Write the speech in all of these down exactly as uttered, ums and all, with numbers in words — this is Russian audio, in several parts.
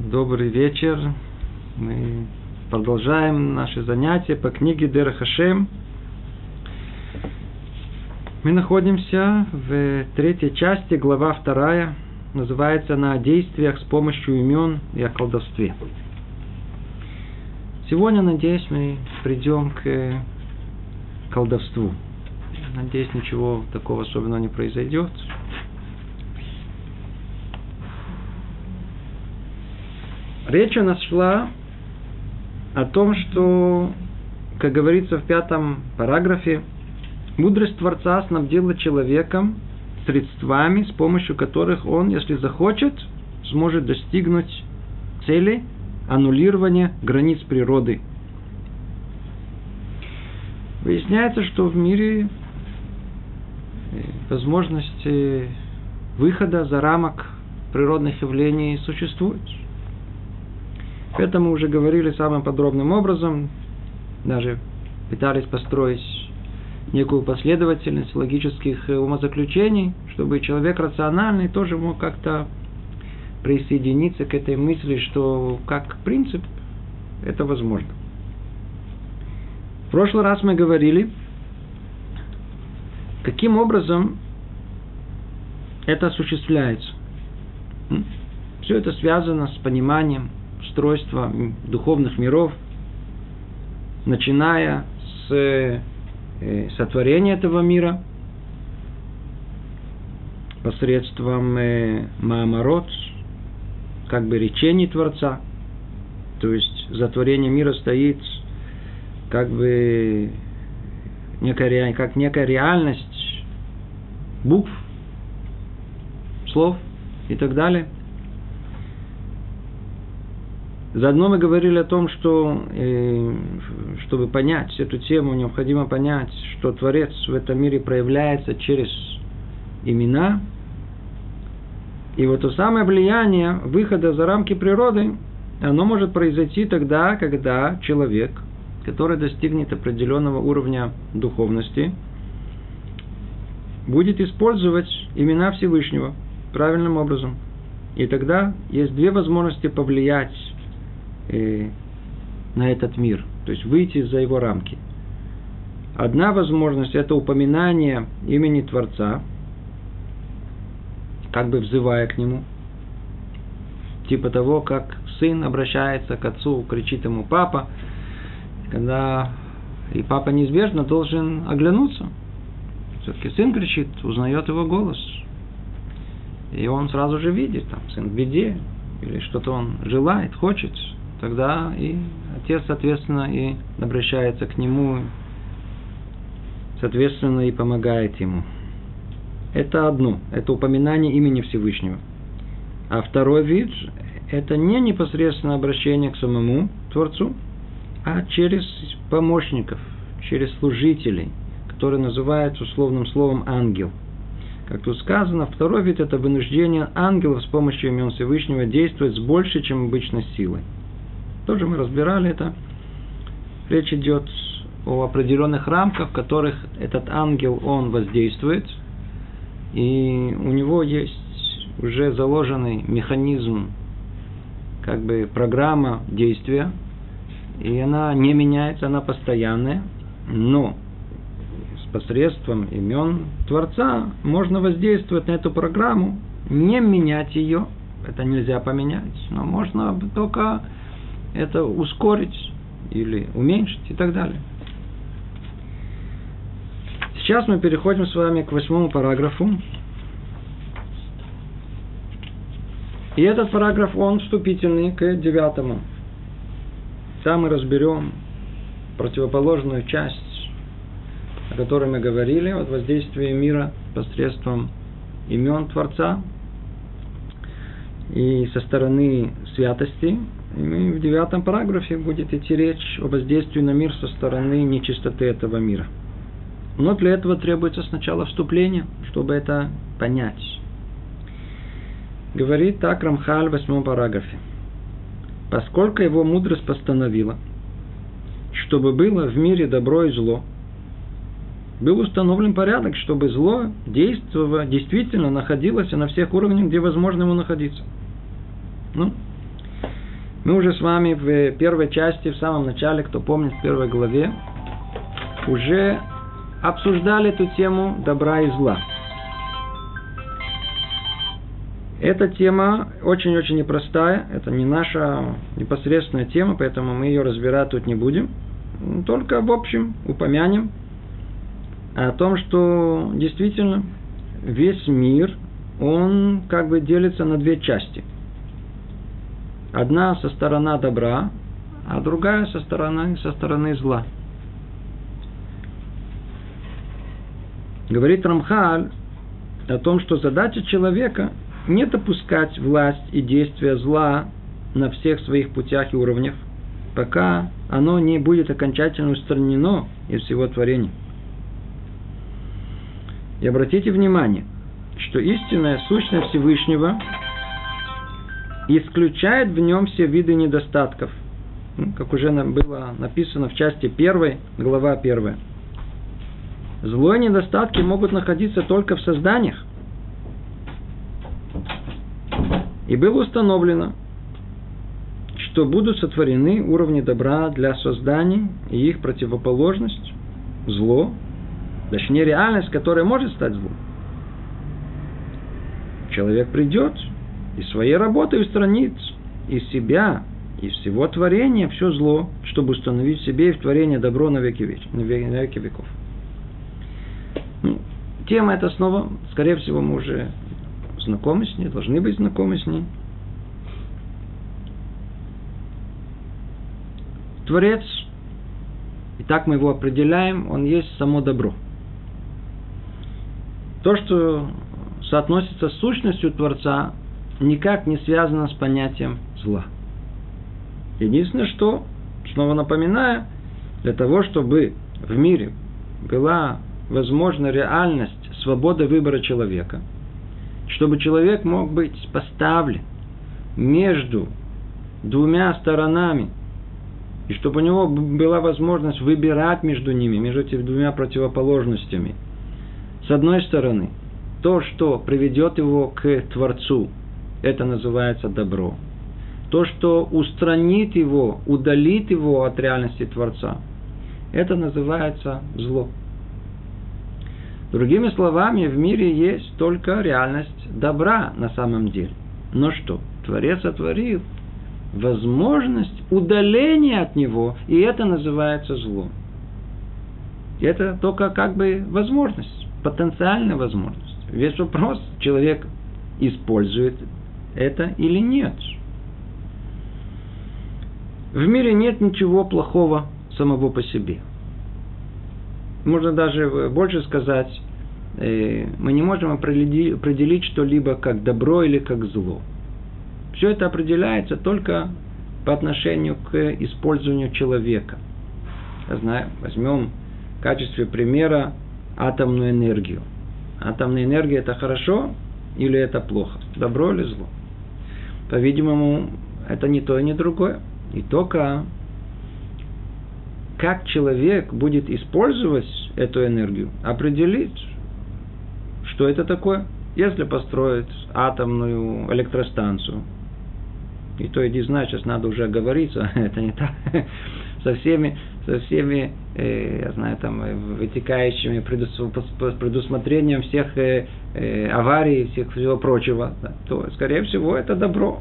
Добрый вечер. Мы продолжаем наши занятия по книге Дерех Хашем. Мы находимся в третьей части, глава вторая. Называется она «О действиях с помощью имен и о колдовстве». Сегодня, надеюсь, мы придем к колдовству. Надеюсь, ничего такого особенного не произойдет. Речь у нас шла о том, что, как говорится в пятом параграфе, мудрость Творца снабдила человеком средствами, с помощью которых он, если захочет, сможет достигнуть цели аннулирования границ природы. Выясняется, что в мире возможности выхода за рамок природных явлений существует. Это мы уже говорили самым подробным образом, даже пытались построить некую последовательность логических умозаключений, чтобы человек рациональный тоже мог как-то присоединиться к этой мысли, что как принцип это возможно. В прошлый раз мы говорили, каким образом это осуществляется. Все это связано с пониманием устройства духовных миров, начиная с сотворения этого мира посредством маамарот, как бы речений Творца. То есть за творением мира стоит как бы некая, как некая реальность букв, слов и так далее. Заодно мы говорили о том, что, э, чтобы понять эту тему, необходимо понять, что Творец в этом мире проявляется через имена. И вот то самое влияние выхода за рамки природы, оно может произойти тогда, когда человек, который достигнет определенного уровня духовности, будет использовать имена Всевышнего правильным образом. И тогда есть две возможности повлиять на этот мир, то есть выйти за его рамки. Одна возможность – это упоминание имени Творца, как бы взывая к нему, типа того, как сын обращается к отцу, кричит ему «папа», когда и папа неизбежно должен оглянуться. Все-таки сын кричит, узнает его голос, и он сразу же видит, там, сын в беде, или что-то он желает, хочет. Тогда и отец, соответственно, и обращается к нему, соответственно, и помогает ему. Это одно, это упоминание имени Всевышнего. А второй вид – это не непосредственно обращение к самому Творцу, а через помощников, через служителей, которые называются условным словом ангел. Как тут сказано, второй вид – это вынуждение ангелов с помощью имен Всевышнего действовать с большей, чем обычной силой. Тоже мы разбирали это. Речь идет о определенных рамках, в которых этот ангел, он воздействует, и у него есть уже заложенный механизм, как бы программа действия, и она не меняется, она постоянная, но с посредством имен Творца можно воздействовать на эту программу, не менять ее, это нельзя поменять, но можно только это ускорить или уменьшить и так далее. Сейчас мы переходим с вами к восьмому параграфу. И этот параграф, он вступительный к девятому. Там мы разберем противоположную часть, о которой мы говорили, от воздействия мира посредством имен Творца и со стороны святости. И в девятом параграфе будет идти речь о воздействии на мир со стороны нечистоты этого мира. Но для этого требуется сначала вступление, чтобы это понять. Говорит так Рамхаль в восьмом параграфе. Поскольку его мудрость постановила, чтобы было в мире добро и зло, был установлен порядок, чтобы зло действовало, действительно находилось на всех уровнях, где возможно ему находиться. Ну, Мы уже с вами в первой части, в самом начале, кто помнит, в первой главе, уже обсуждали эту тему добра и зла. Эта тема очень-очень непростая, это не наша непосредственная тема, поэтому мы ее разбирать тут не будем. Только в общем упомянем о том, что действительно весь мир, он как бы делится на две части. Одна со стороны добра, а другая со стороны, со стороны зла. Говорит Рамхаль о том, что задача человека не допускать власть и действия зла на всех своих путях и уровнях, пока оно не будет окончательно устранено из всего творения. И обратите внимание, что истинная сущность Всевышнего исключает в нем все виды недостатков, как уже было написано в части первой, глава первая. Зло и недостатки могут находиться только в созданиях. И было установлено, что будут сотворены уровни добра для созданий и их противоположность – зло, точнее реальность, которая может стать злом. Человек придет и своей работой устранит из себя, из всего творения все зло, чтобы установить в себе и в творении добро на веки, веч... на веки веков. Ну, тема эта снова, скорее всего, мы уже знакомы с ней, должны быть знакомы с ней. Творец, и так мы его определяем, он есть само добро. То, что соотносится с сущностью Творца, никак не связано с понятием зла. Единственное, что, снова напоминаю, для того, чтобы в мире была возможна реальность свободы выбора человека, чтобы человек мог быть поставлен между двумя сторонами, и чтобы у него была возможность выбирать между ними, между этими двумя противоположностями. С одной стороны, то, что приведет его к Творцу, это называется добро. То, что устранит его, удалит его от реальности Творца, это называется зло. Другими словами, в мире есть только реальность добра на самом деле. Но что? Творец сотворил возможность удаления от него, и это называется злом. И это только как бы возможность, потенциальная возможность. Весь вопрос, человек использует это или нет. В мире нет ничего плохого самого по себе. Можно даже больше сказать, мы не можем определить что-либо как добро или как зло. Все это определяется только по отношению к использованию человека. Я знаю, возьмем в качестве примера атомную энергию. Атомная энергия – это хорошо или это плохо? Добро или зло? По-видимому, это не то и не другое. И только как человек будет использовать эту энергию, определить, что это такое. Если построить атомную электростанцию, и то иди знать, сейчас надо уже оговориться, это не так, со всеми, со всеми, э, я знаю, там, вытекающими предусмотрением всех э, э, аварий, всех всего прочего, да, то, скорее всего, это добро.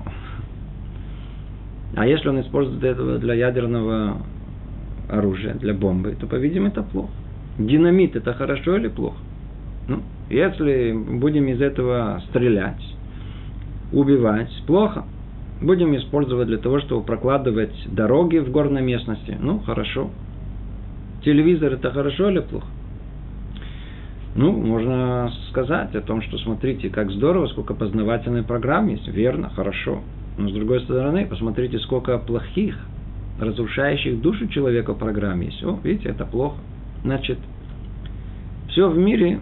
А если он использует это для ядерного оружия, для бомбы, то, по-видимому, это плохо. Динамит – это хорошо или плохо? Ну, если будем из этого стрелять, убивать, плохо. Будем использовать для того, чтобы прокладывать дороги в горной местности. Ну, хорошо. Телевизор – это хорошо или плохо? Ну, можно сказать о том, что смотрите, как здорово, сколько познавательных программ есть. Верно, хорошо. Но с другой стороны, посмотрите, сколько плохих, разрушающих душу человека программ есть. О, видите, это плохо. Значит, все в мире,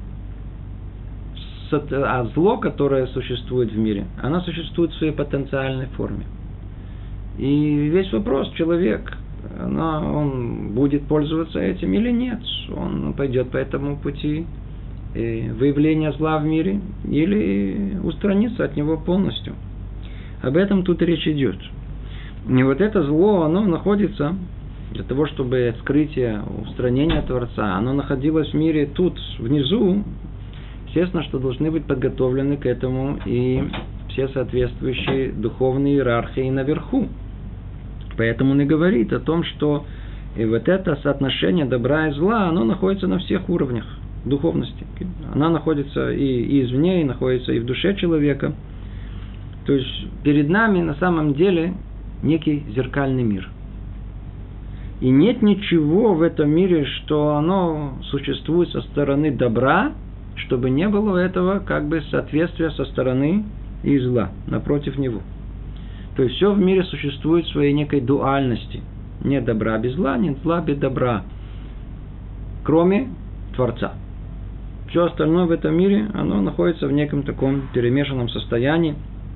а зло, которое существует в мире, оно существует в своей потенциальной форме. И весь вопрос, человек, оно, он будет пользоваться этим или нет. Он пойдет по этому пути выявления зла в мире или устранится от него полностью. Об этом тут речь идет. И вот это зло, оно находится для того, чтобы скрытие, устранение Творца, оно находилось в мире тут, внизу. Естественно, что должны быть подготовлены к этому и все соответствующие духовные иерархии наверху. Поэтому он и говорит о том, что и вот это соотношение добра и зла, оно находится на всех уровнях духовности. Она находится и, и извне, и находится и в душе человека. То есть перед нами на самом деле некий зеркальный мир. И нет ничего в этом мире, что оно существует со стороны добра, чтобы не было этого как бы соответствия со стороны и зла, напротив него. То есть все в мире существует в своей некой дуальности. Нет добра без зла, нет зла без добра. Кроме Творца. Все остальное в этом мире, оно находится в неком таком перемешанном состоянии.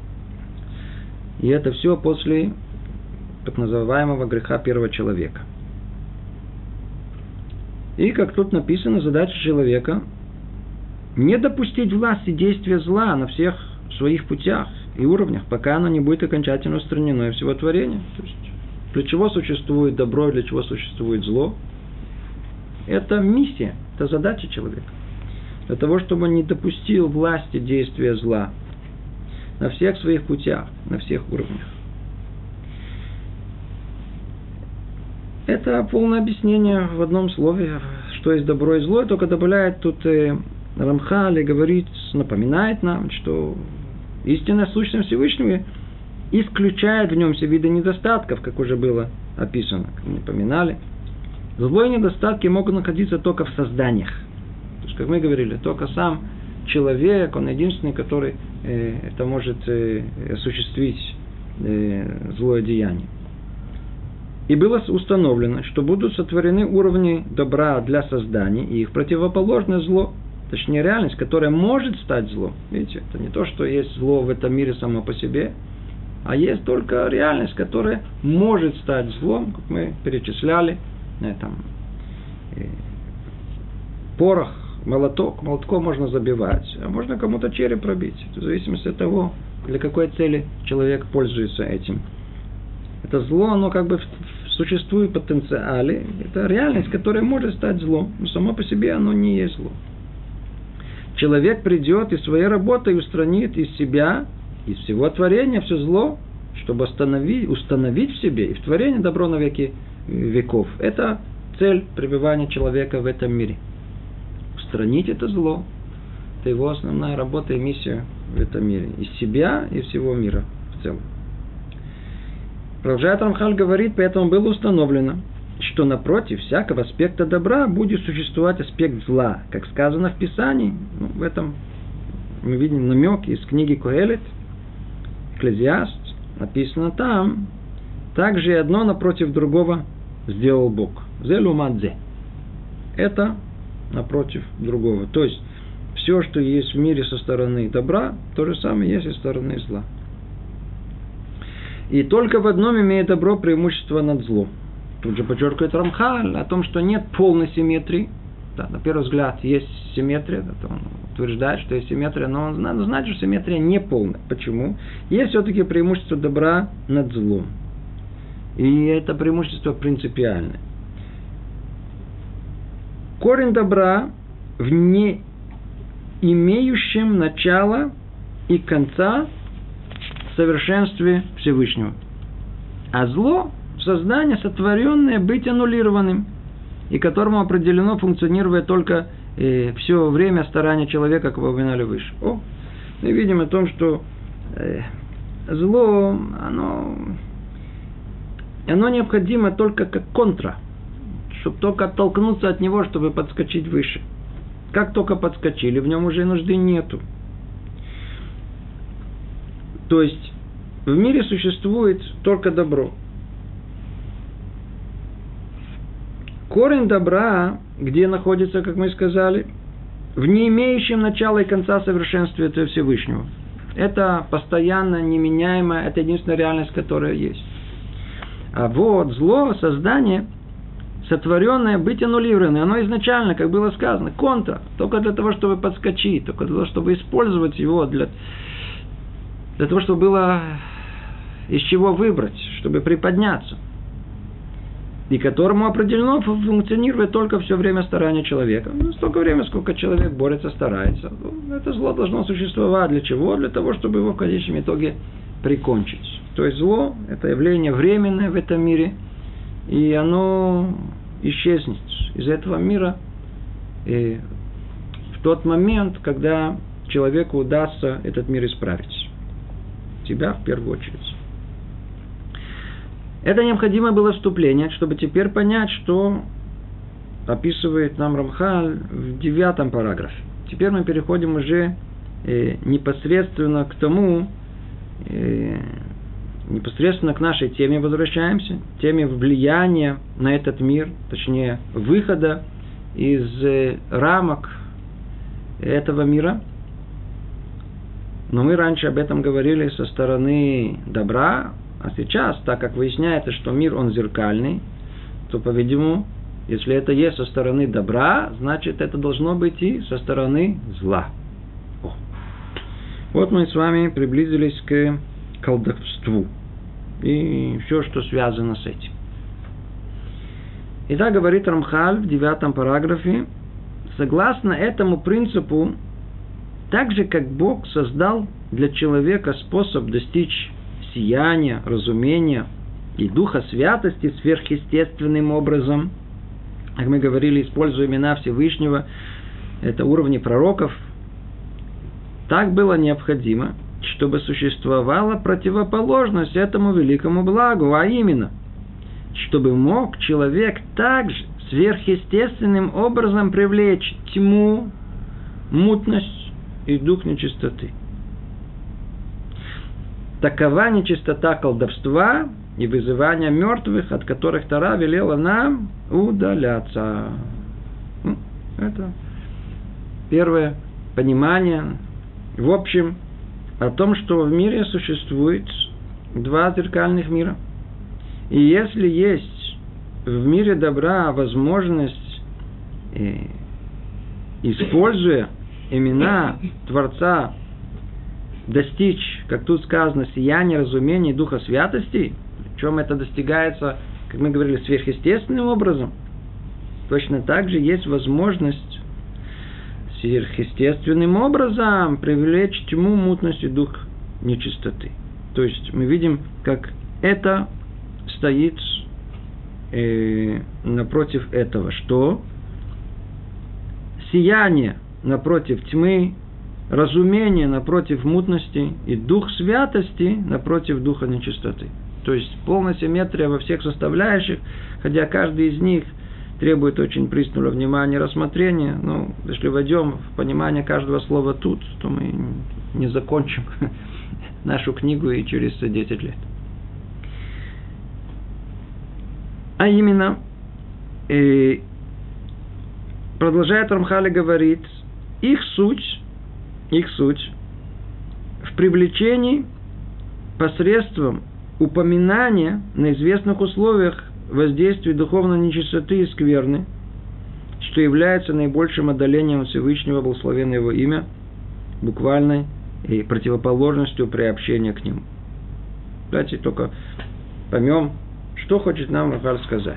И это все после так называемого греха первого человека. И, как тут написано, задача человека не допустить власти действия зла на всех своих путях и уровнях, пока оно не будет окончательно устранено из всего творения. То есть, для чего существует добро, для чего существует зло? Это миссия, это задача человека. Для того, чтобы он не допустил власти действия зла на всех своих путях, на всех уровнях. Это полное объяснение в одном слове, что есть добро и зло, только добавляет тут э, Рамхаль и говорит, напоминает нам, что истинная сущность Всевышнего исключает в нем все виды недостатков, как уже было описано, как мы напоминали. Зло и недостатки могут находиться только в созданиях. То есть, как мы говорили, только сам человек, он единственный, который э, это может э, осуществить э, злое деяние. И было установлено, что будут сотворены уровни добра для создания и их противоположное зло, точнее реальность, которая может стать злом. Видите, это не то, что есть зло в этом мире само по себе, а есть только реальность, которая может стать злом, как мы перечисляли, там, порох, молоток, молотком можно забивать, а можно кому-то череп пробить, в зависимости от того, для какой цели человек пользуется этим. Это зло, оно как бы существует в потенциале. Это реальность, которая может стать злом. Но само по себе оно не есть зло. Человек придет и своей работой устранит из себя, из всего творения все зло, чтобы установить, установить в себе и в творении добро на веки веков. Это цель пребывания человека в этом мире. Устранить это зло. Это его основная работа и миссия в этом мире. Из себя и всего мира в целом. Продолжает Рамхаль говорит, поэтому было установлено, что напротив всякого аспекта добра будет существовать аспект зла, как сказано в Писании. Ну, в этом мы видим намек из книги Коэлет, Экклезиаст, написано там, также и одно напротив другого сделал Бог. Зелумадзе. Это напротив другого. То есть, все, что есть в мире со стороны добра, то же самое есть и со стороны зла. И только в одном имеет добро преимущество над злом. Тут же подчеркивает Рамхаль о том, что нет полной симметрии. Да, на первый взгляд есть симметрия, это он утверждает, что есть симметрия, но он надо знать, что симметрия не полная. Почему? Есть все-таки преимущество добра над злом. И это преимущество принципиальное. Корень добра в не имеющем начала и конца в совершенстве Всевышнего. А зло – создание, сотворенное, быть аннулированным, и которому определено функционировать только э, все время старания человека, как вы упоминали выше. О, мы видим о том, что э, зло, оно, оно необходимо только как контра, чтобы только оттолкнуться от него, чтобы подскочить выше. Как только подскочили, в нем уже нужды нету. То есть, в мире существует только добро. Корень добра, где находится, как мы сказали, в не имеющем начала и конца совершенстве Всевышнего. Это постоянно неменяемая, это единственная реальность, которая есть. А вот зло, создание, сотворенное, быть аннулированное, оно изначально, как было сказано, контра, только для того, чтобы подскочить, только для того, чтобы использовать его для... Для того, чтобы было из чего выбрать, чтобы приподняться, и которому определено функционировать только все время старания человека. Ну, столько времени, сколько человек борется, старается. Ну, это зло должно существовать. Для чего? Для того, чтобы его в конечном итоге прикончить. То есть зло – это явление временное в этом мире, и оно исчезнет из этого мира и в тот момент, когда человеку удастся этот мир исправить. Себя в первую очередь. Это необходимо было вступление, чтобы теперь понять, что описывает нам Рамхаль в девятом параграфе. Теперь мы переходим уже э, непосредственно к тому, э, непосредственно к нашей теме возвращаемся, теме влияния на этот мир, точнее, выхода из э, рамок этого мира. Но мы раньше об этом говорили со стороны добра, а сейчас, так как выясняется, что мир, он зеркальный, то, по-видимому, если это есть со стороны добра, значит, это должно быть и со стороны зла. О. Вот мы с вами приблизились к колдовству и все, что связано с этим. Итак, говорит Рамхаль в девятом параграфе, согласно этому принципу, так же, как Бог создал для человека способ достичь сияния, разумения и духа святости сверхъестественным образом, как мы говорили, используя имена Всевышнего, это уровни пророков, так было необходимо, чтобы существовала противоположность этому великому благу, а именно, чтобы мог человек также сверхъестественным образом привлечь тьму, мутность и дух нечистоты. Такова нечистота колдовства и вызывания мертвых, от которых Тора велела нам удаляться. Это первое понимание. В общем, о том, что в мире существует два зеркальных мира. И если есть в мире добра возможность, используя имена Творца, достичь, как тут сказано, сияния, разумения и духа святости, причем это достигается, как мы говорили, сверхъестественным образом, точно так же есть возможность сверхъестественным образом привлечь тьму, мутность и дух нечистоты. То есть мы видим, как это стоит э, напротив этого, что сияние напротив тьмы, разумение напротив мутности и дух святости напротив духа нечистоты. То есть полная симметрия во всех составляющих, хотя каждый из них требует очень пристального внимания и рассмотрения. Но если войдем в понимание каждого слова тут, то мы не закончим нашу книгу и через десять лет. А именно, э, продолжает Рамхаль говорит, их суть, их суть в привлечении посредством упоминания на известных условиях воздействия духовной нечистоты и скверны, что является наибольшим отдалением Всевышнего, благословенное его имя, буквальной и противоположностью приобщения к нему. Давайте только поймем, что хочет нам Рамхаль сказать.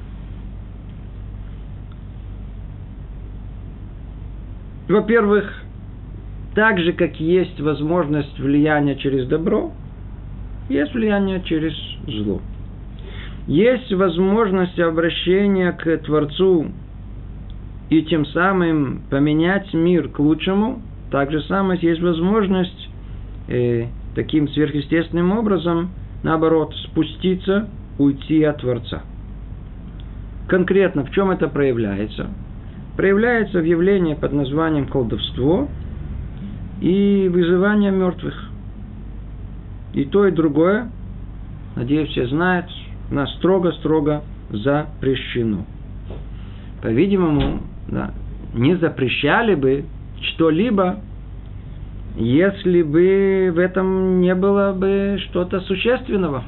Во-первых, так же, как есть возможность влияния через добро, есть влияние через зло. Есть возможность обращения к Творцу и тем самым поменять мир к лучшему. Так же самое есть возможность э, таким сверхъестественным образом, наоборот, спуститься, уйти от Творца. Конкретно в чем это проявляется? Проявляется в явлении под названием колдовство и вызывание мертвых. И то, и другое, надеюсь, все знают, у нас строго-строго запрещено. По-видимому, да, не запрещали бы что-либо, если бы в этом не было бы что-то существенного.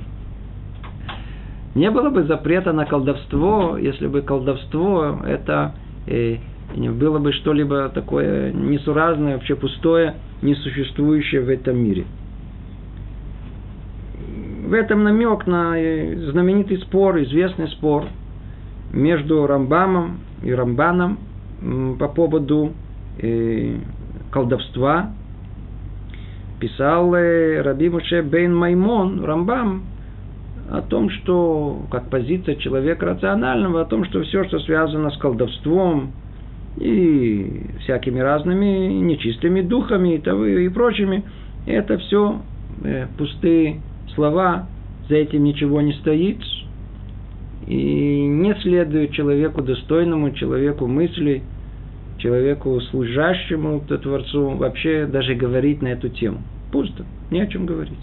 Не было бы запрета на колдовство, если бы колдовство это э, было бы что-либо такое несуразное, вообще пустое, несуществующее в этом мире. в этом намек на знаменитый спор, известный спор между Рамбамом и Рамбаном по поводу колдовства. Писал Раби Моше бен Маймон, Рамбам, о том, что, как позиция человека рационального, о том, что все, что связано с колдовством и всякими разными нечистыми духами и, и прочими, это все э, пустые слова, за этим ничего не стоит, и не следует человеку достойному, человеку мысли, человеку служащему Творцу вообще даже говорить на эту тему. Пусто, не о чем говорить.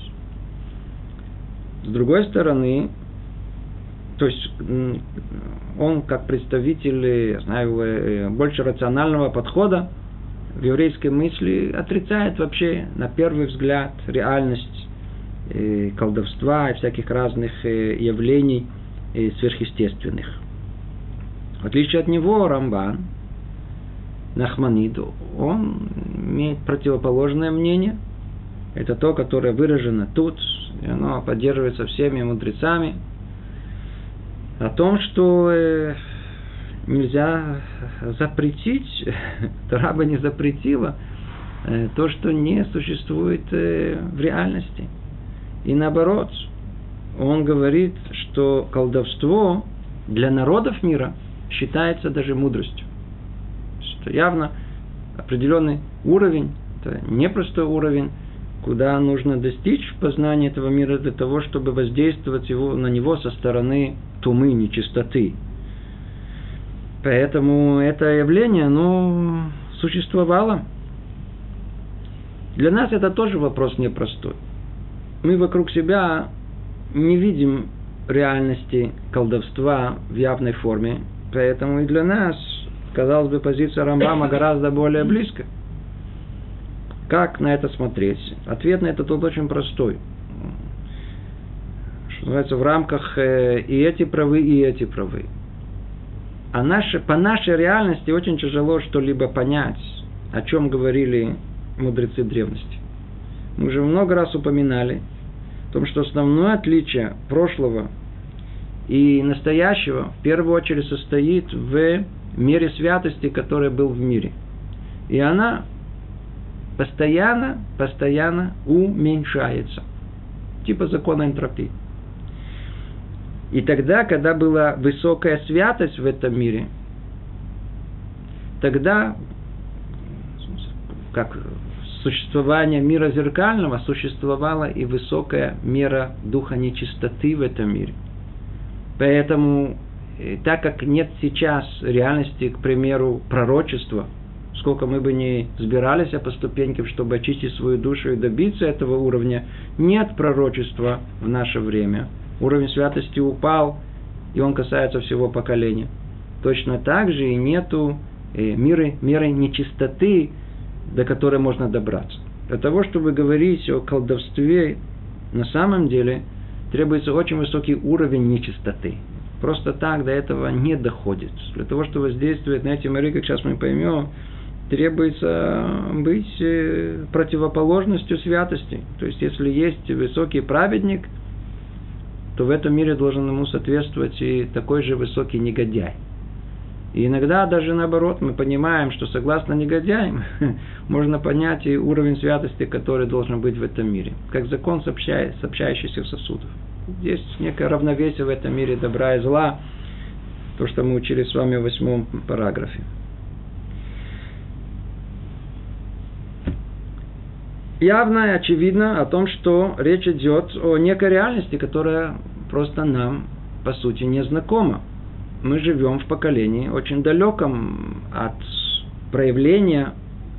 С другой стороны, то есть он как представитель, я знаю, больше рационального подхода в еврейской мысли отрицает вообще на первый взгляд реальность колдовства и всяких разных явлений сверхъестественных. В отличие от него Рамбан, Нахманид, он имеет противоположное мнение. Это то, которое выражено тут, и оно поддерживается всеми мудрецами, о том, что э, нельзя запретить, Тора бы не запретила э, то, что не существует э, в реальности. И наоборот, он говорит, что колдовство для народов мира считается даже мудростью. Что явно определенный уровень, это непростой уровень, куда нужно достичь познания этого мира для того, чтобы воздействовать его, на него со стороны тумы, нечистоты. Поэтому это явление, оно существовало. Для нас это тоже вопрос непростой. Мы вокруг себя не видим реальности колдовства в явной форме, поэтому и для нас, казалось бы, позиция Рамбама гораздо более близкая. Как на это смотреть? Ответ на это тут очень простой. Что называется, в рамках э, и эти правы, и эти правы. А наши, по нашей реальности очень тяжело что-либо понять, о чем говорили мудрецы древности. Мы уже много раз упоминали о том, что основное отличие прошлого и настоящего в первую очередь состоит в мере святости, которая была в мире. И она постоянно, постоянно уменьшается. Типа закона энтропии. И тогда, когда была высокая святость в этом мире, тогда, как существование мира зеркального, существовала и высокая мера духа нечистоты в этом мире. Поэтому, так как нет сейчас реальности, к примеру, пророчества, сколько мы бы ни взбирались по ступенькам, чтобы очистить свою душу и добиться этого уровня, нет пророчества в наше время. Уровень святости упал, и он касается всего поколения. Точно так же и нету меры, меры нечистоты, до которой можно добраться. Для того, чтобы говорить о колдовстве, на самом деле требуется очень высокий уровень нечистоты. Просто так до этого не доходит. Для того, чтобы воздействовать на эти миры, как сейчас мы поймем, требуется быть противоположностью святости. То есть, если есть высокий праведник, то в этом мире должен ему соответствовать и такой же высокий негодяй. И иногда даже наоборот мы понимаем, что согласно негодяям можно понять и уровень святости, который должен быть в этом мире. Как закон сообщающийся в сосудах. Есть некое равновесие в этом мире добра и зла. То, что мы учили с вами в восьмом параграфе. Явно и очевидно о том, что речь идет о некой реальности, которая просто нам, по сути, не знакома. Мы живем в поколении очень далеком от проявления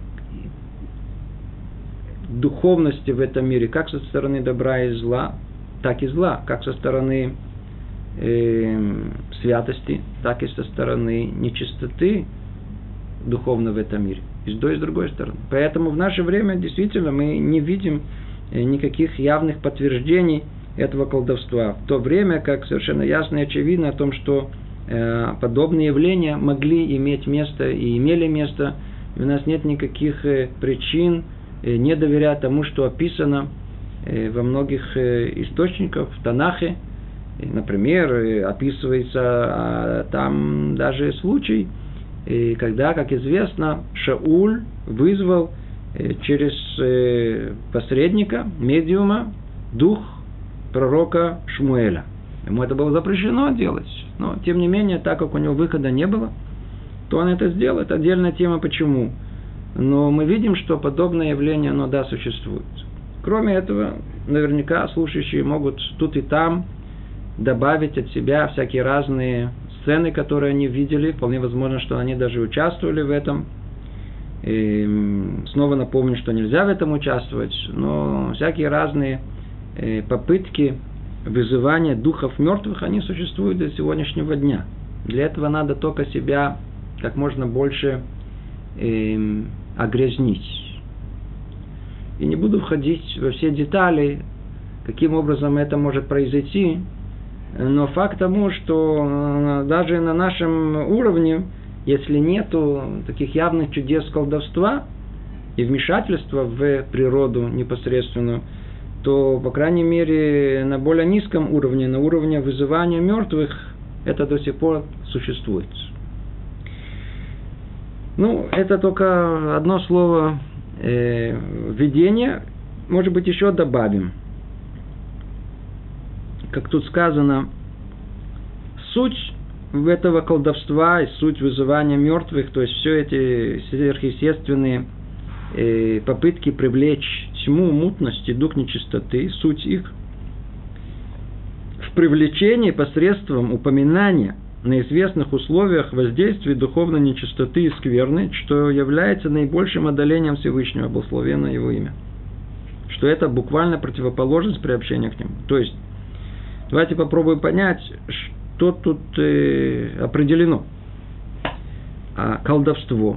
духовности в этом мире, как со стороны добра и зла, так и зла, как со стороны э, святости, так и со стороны нечистоты духовно в этом мире. И с той, и с другой стороны. Поэтому в наше время действительно мы не видим никаких явных подтверждений этого колдовства. В то время как совершенно ясно и очевидно о том, что э, подобные явления могли иметь место и имели место. И у нас нет никаких э, причин э, не доверять тому, что описано во многих источниках, в Танахе. Например, описывается там даже случай, когда, как известно, Шауль вызвал через посредника, медиума, дух пророка Шмуэля. Ему это было запрещено делать, но, тем не менее, так как у него выхода не было, то он это сделал. Это отдельная тема, почему. Но мы видим, что подобное явление, оно, да, существует. Кроме этого, наверняка слушающие могут тут и там добавить от себя всякие разные сцены, которые они видели. Вполне возможно, что они даже участвовали в этом. И снова напомню, что нельзя в этом участвовать, но всякие разные попытки вызывания духов мертвых, они существуют до сегодняшнего дня. Для этого надо только себя как можно больше э, огрязнить. И не буду входить во все детали, каким образом это может произойти, но факт тому, что даже на нашем уровне, если нету таких явных чудес колдовства и вмешательства в природу непосредственную, то, по крайней мере, на более низком уровне, на уровне вызывания мертвых, это до сих пор существует. Ну, это только одно слово э, введения. Может быть, еще добавим. Как тут сказано, суть этого колдовства и суть вызывания мертвых, то есть все эти сверхъестественные э, попытки привлечь тьму, мутность и дух нечистоты, суть их в привлечении посредством упоминания на известных условиях воздействия духовной нечистоты и скверны, что является наибольшим одолением Всевышнего, благословенно его имя. Что это буквально противоположность приобщения к нему. То есть, давайте попробуем понять, что тут э, определено. А колдовство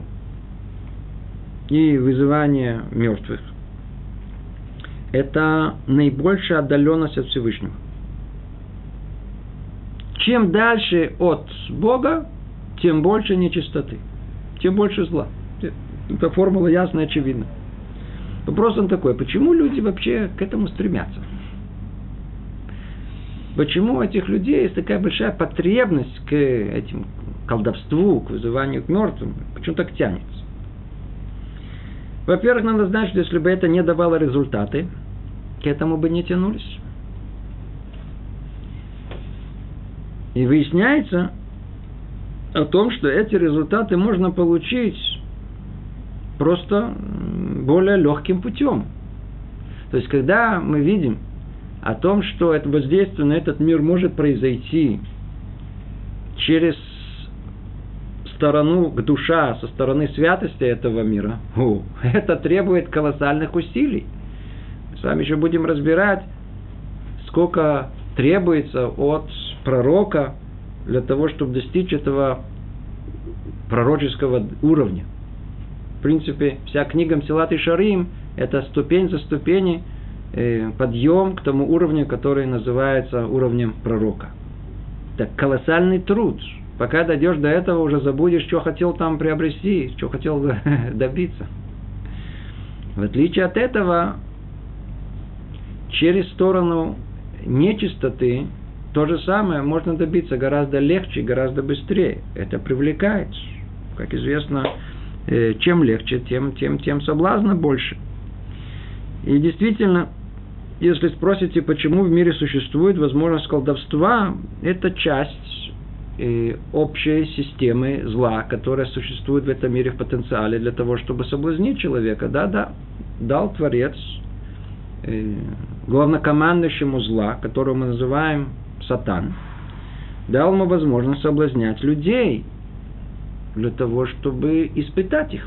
и вызывание мертвых – это наибольшая отдаленность от Всевышнего. Чем дальше от Бога, тем больше нечистоты, тем больше зла. Эта формула ясна и очевидна. Вопрос он такой, почему люди вообще к этому стремятся? Почему у этих людей есть такая большая потребность к этим колдовству, к вызыванию к мертвым? Почему так тянется? Во-первых, надо знать, что если бы это не давало результаты, к этому бы не тянулись. И выясняется о том, что эти результаты можно получить просто более легким путем. То есть, когда мы видим о том, что это воздействие на этот мир может произойти через сторону к душа, со стороны святости этого мира, о, это требует колоссальных усилий. Мы с вами еще будем разбирать, сколько требуется от пророка для того, чтобы достичь этого пророческого уровня. В принципе, вся книга Мсилат Ишарим – это ступень за ступенью э, подъем к тому уровню, который называется уровнем пророка. Это колоссальный труд. Пока дойдешь до этого, уже забудешь, что хотел там приобрести, что хотел добиться. В отличие от этого, через сторону нечистоты то же самое можно добиться гораздо легче, гораздо быстрее. Это привлекает. Как известно, чем легче, тем, тем, тем соблазна больше. И действительно, если спросите, почему в мире существует возможность колдовства, это часть общей системы зла, которая существует в этом мире в потенциале для того, чтобы соблазнить человека. Да-да, дал Творец главнокомандующему зла, которого мы называем Сатан, дал ему возможность соблазнять людей для того, чтобы испытать их.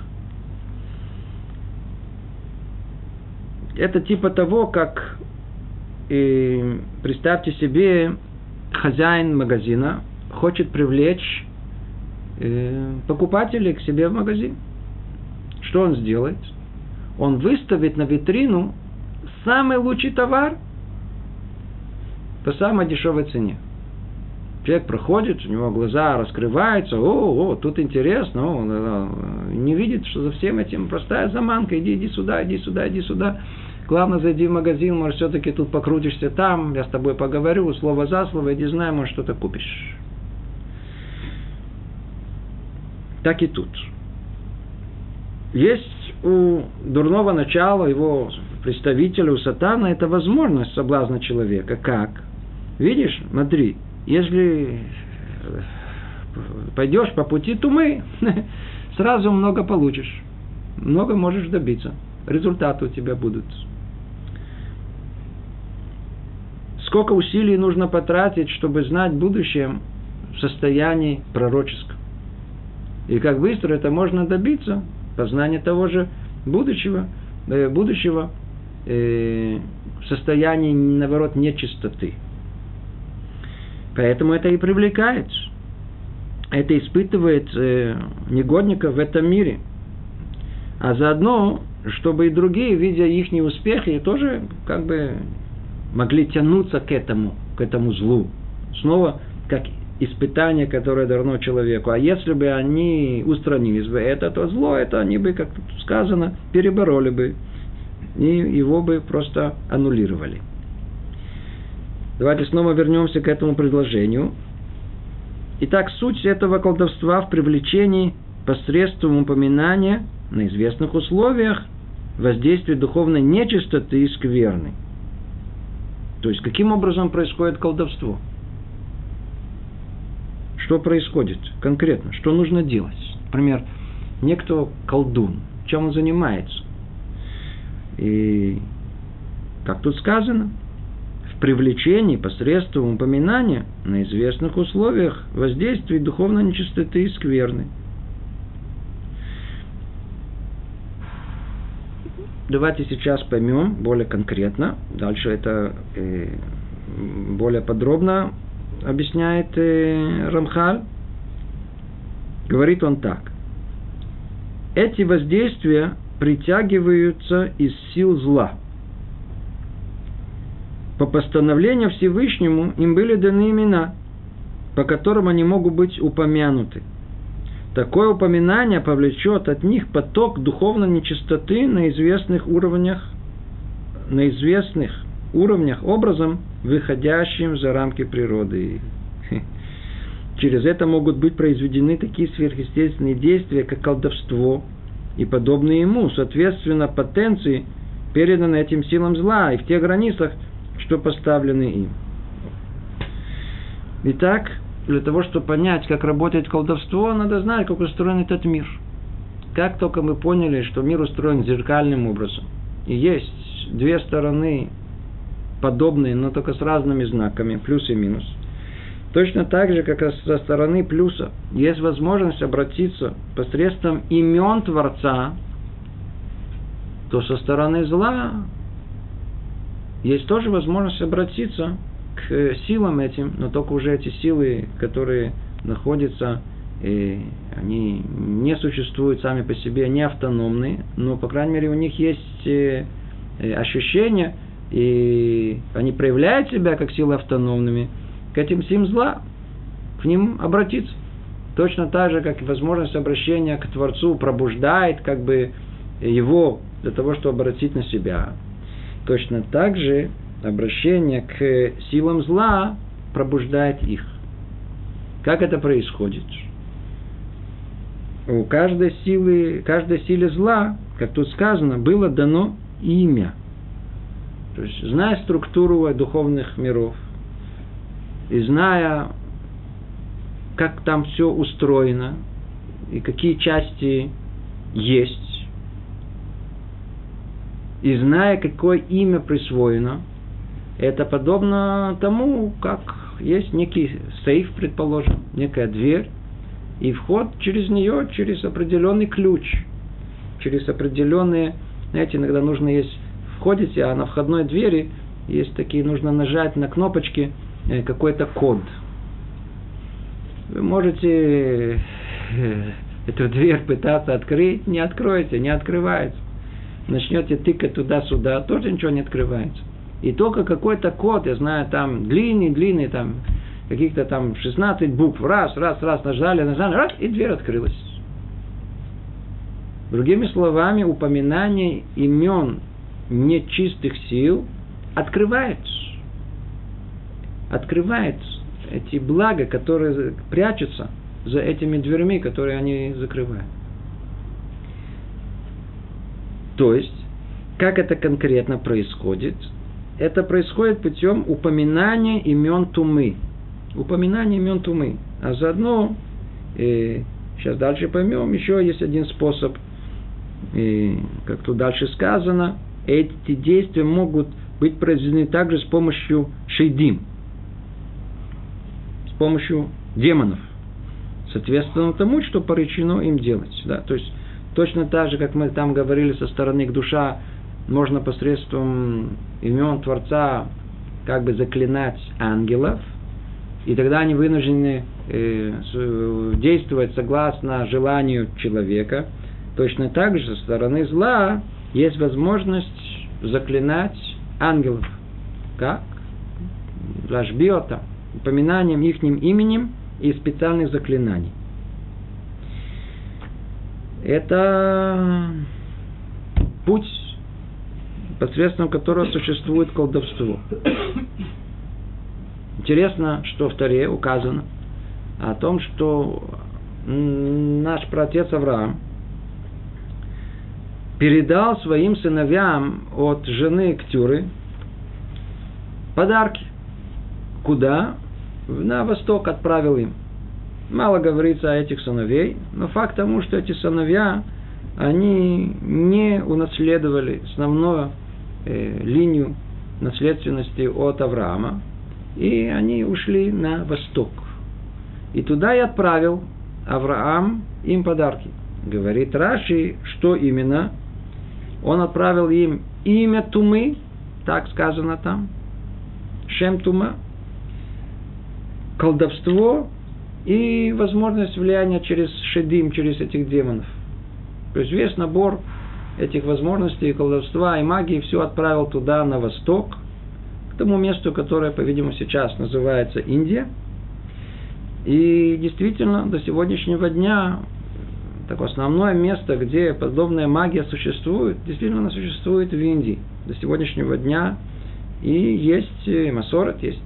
Это типа того, как э, представьте себе, хозяин магазина хочет привлечь э, покупателей к себе в магазин. Что он сделает? Он выставит на витрину самый лучший товар по самой дешевой цене. Человек проходит, у него глаза раскрываются, о, о, тут интересно, о, он не видит, что за всем этим простая заманка, иди, иди сюда, иди сюда, иди сюда. Главное, зайди в магазин, может, все-таки тут покрутишься там, я с тобой поговорю, слово за слово, иди знай, может, что-то купишь. Так и тут. Есть у дурного начала, его представителя, у сатана, это возможность соблазна человека. Как? Видишь, смотри, если пойдешь по пути тумы, сразу много получишь. Много можешь добиться. Результаты у тебя будут. Сколько усилий нужно потратить, чтобы знать будущее в состоянии пророческом. И как быстро это можно добиться, познание того же будущего, э, будущего э, в состоянии, наоборот, нечистоты. Поэтому это и привлекает. Это испытывает э, негодников в этом мире. А заодно, чтобы и другие, видя их успехи, тоже как бы могли тянуться к этому, к этому злу. Снова как испытание, которое дано человеку. А если бы они устранились бы это, то зло, это они бы, как тут сказано, перебороли бы. И его бы просто аннулировали. Давайте снова вернемся к этому предложению. Итак, суть этого колдовства в привлечении посредством упоминания на известных условиях воздействия духовной нечистоты и скверны. То есть, каким образом происходит колдовство? Что происходит конкретно? Что нужно делать? Например, некто колдун. Чем он занимается? И, как тут сказано, в привлечении посредством упоминания на известных условиях воздействия духовной нечистоты и скверны. Давайте сейчас поймем более конкретно. Дальше это э, более подробно объясняет э, Рамхаль. Говорит он так. Эти воздействия притягиваются из сил зла. По постановлению Всевышнему им были даны имена, по которым они могут быть упомянуты. Такое упоминание повлечет от них поток духовной нечистоты на известных уровнях, на известных уровнях образом, выходящим за рамки природы. Через это могут быть произведены такие сверхъестественные действия, как колдовство и подобные ему, соответственно, потенции, переданные этим силам зла и в тех границах, что поставлены им. Итак, для того, чтобы понять, как работает колдовство, надо знать, как устроен этот мир. Как только мы поняли, что мир устроен зеркальным образом, и есть две стороны подобные, но только с разными знаками, плюс и минус, точно так же, как и со стороны плюса, есть возможность обратиться посредством имен Творца, то со стороны зла есть тоже возможность обратиться к силам этим, но только уже эти силы, которые находятся, и они не существуют сами по себе, не автономны, но, по крайней мере, у них есть ощущения, и они проявляют себя как силы автономными, к этим силам зла, к ним обратиться. Точно так же, как и возможность обращения к Творцу пробуждает как бы его для того, чтобы обратить на себя. Точно так же обращение к силам зла пробуждает их. Как это происходит? У каждой силы, каждой силе зла, как тут сказано, было дано имя. То есть, зная структуру духовных миров, и зная, как там все устроено, и какие части есть, и зная, какое имя присвоено, это подобно тому, как есть некий сейф, предположим, некая дверь, и вход через нее, через определенный ключ, через определенные, знаете, иногда нужно есть, входите, а на входной двери есть такие, нужно нажать на кнопочки какой-то код. Вы можете эту дверь пытаться открыть, не откроете, не открывается. Начнете тыкать туда-сюда, тоже ничего не открывается. И только какой-то код, я знаю, там длинный-длинный, там каких-то там шестнадцать букв, раз, раз, раз, нажали, нажали, раз, и дверь открылась. Другими словами, упоминание имен нечистых сил открывает, открывает эти блага, которые прячутся за этими дверьми, которые они закрывают. То есть, как это конкретно происходит? Это происходит путем упоминания имен Тумы. Упоминание имен Тумы. А заодно, э, сейчас дальше поймем, еще есть один способ, э, как тут дальше сказано, эти действия могут быть произведены также с помощью шейдим, с помощью демонов, соответственно тому, что поручено им делать. Да? То есть, точно так же, как мы там говорили со стороны к душа, можно посредством имен Творца как бы заклинать ангелов, и тогда они вынуждены э, действовать согласно желанию человека. Точно так же со стороны зла есть возможность заклинать ангелов. Как? Лашбиота, упоминанием ихним именем и специальных заклинаний. Это путь, посредством которого существует колдовство. Интересно, что в Торе указано о том, что наш праотец Авраам передал своим сыновьям от жены Ктюры подарки. Куда? На восток отправил им. Мало говорится о этих сыновей, но факт тому, что эти сыновья, они не унаследовали основную э, линию наследственности от Авраама, и они ушли на восток. И туда и отправил Авраам им подарки. Говорит Раши, что именно? Он отправил им имя Тумы, так сказано там, Шем Тума, колдовство и возможность влияния через шедим, через этих демонов. То есть весь набор этих возможностей колдовства и магии все отправил туда, на восток, к тому месту, которое, по-видимому, сейчас называется Индия. И действительно, до сегодняшнего дня такое основное место, где подобная магия существует, действительно она существует в Индии. До сегодняшнего дня. И есть масорет, есть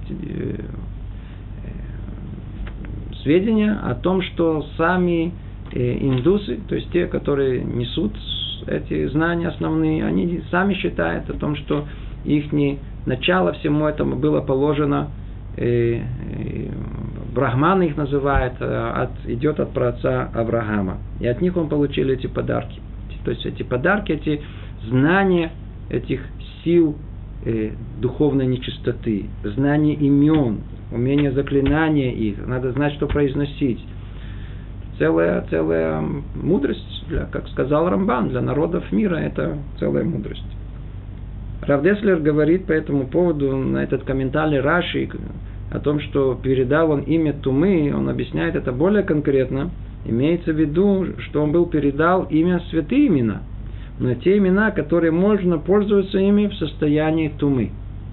сведения о том, что сами индусы, то есть те, которые несут эти знания основные, они сами считают о том, что их начало всему этому было положено, э, э, Брахман их называет, от, идет от праотца Авраама. И от них он получил эти подарки. То есть эти подарки, эти знания этих сил э, духовной нечистоты, знание имен, умение заклинания их, надо знать, что произносить. Целая, целая мудрость, для, как сказал Рамбан, для народов мира это целая мудрость. Рав Деслер говорит по этому поводу на этот комментарий Раши о том, что передал он имя Тумы, он объясняет это более конкретно. Имеется в виду, что он был передал имя святые имена, но те имена, которые можно пользоваться ими в состоянии Тумы.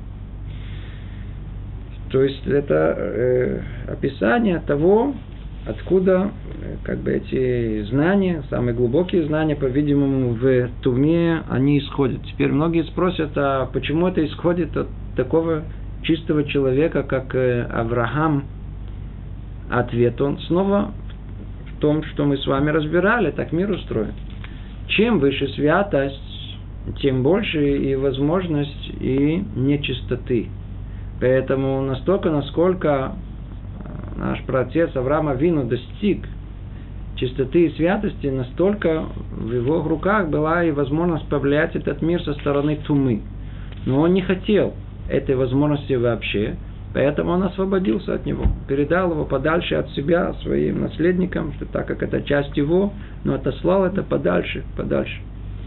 То есть это э, описание того, откуда как бы эти знания, самые глубокие знания, по-видимому, в Туме, они исходят. Теперь многие спросят, а почему это исходит от такого чистого человека, как Авраам? Ответ он снова в том, что мы с вами разбирали, так мир устроен. Чем выше святость, тем больше и возможность, и нечистоты. Поэтому настолько, насколько наш праотец Авраам Авину достиг чистоты и святости, настолько в его руках была и возможность повлиять этот мир со стороны Тумы. Но он не хотел этой возможности вообще, поэтому он освободился от него, передал его подальше от себя своим наследникам, что так как это часть его, но отослал это подальше, подальше.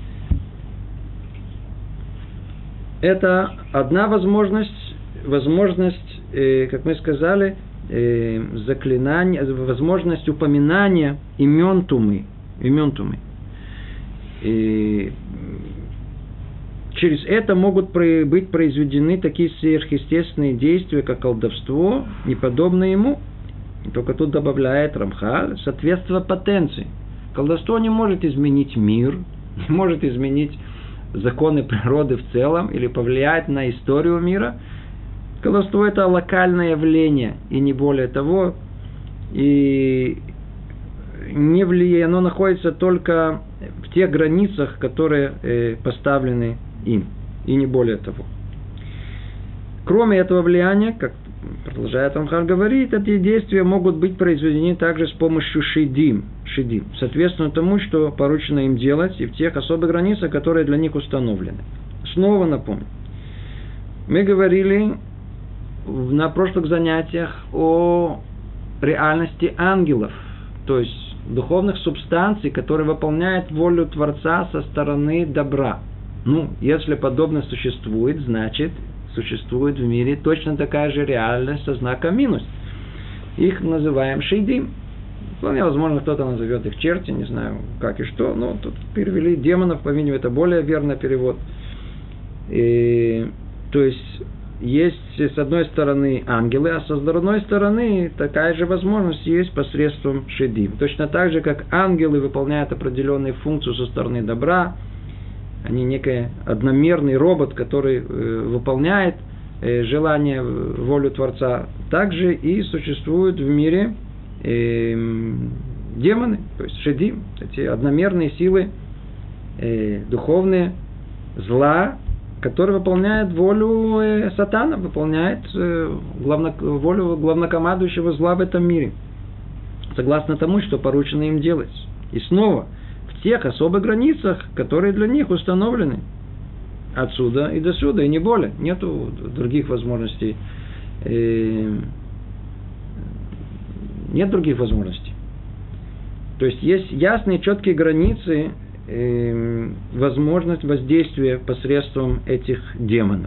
Это одна возможность, возможность, э, как мы сказали, э, заклинание, возможность упоминания имен Тумы, имен Тумы. И через это могут быть произведены такие сверхъестественные действия, как колдовство и подобное ему. Только тут добавляет Рамхаль соответствие потенции. Колдовство не может изменить мир, не может изменить законы природы в целом или повлияет на историю мира. Колдовство – это локальное явление, и не более того. И не влияет, оно находится только в тех границах, которые э, поставлены им, и не более того. Кроме этого влияния, как продолжает Рамхаль говорить, эти действия могут быть произведены также с помощью шидим, шидим, соответственно тому, что поручено им делать, и в тех особых границах, которые для них установлены. Снова напомню, мы говорили на прошлых занятиях о реальности ангелов, то есть духовных субстанций, которые выполняют волю Творца со стороны добра. Ну, если подобное существует, значит, существует в мире точно такая же реальность со знаком минус. Их называем шейдим. Вполне возможно, кто-то назовет их черти, не знаю как и что, но тут перевели демонов, по-видимому, это более верный перевод. И, то есть, есть с одной стороны ангелы, а с другой стороны такая же возможность есть посредством шейдим. Точно так же, как ангелы выполняют определенную функцию со стороны добра, они некий одномерный робот, который э, выполняет э, желание, волю Творца. Также и существуют в мире э, демоны, то есть шедим, эти одномерные силы э, духовные, зла, которые выполняют волю э, сатана, выполняют э, главно, волю главнокомандующего зла в этом мире, согласно тому, что поручено им делать. И снова, в тех особых границах, которые для них установлены. Отсюда и до сюда, и не более. Нету других возможностей. Нет других возможностей. То есть, есть ясные, четкие границы, возможность воздействия посредством этих демонов.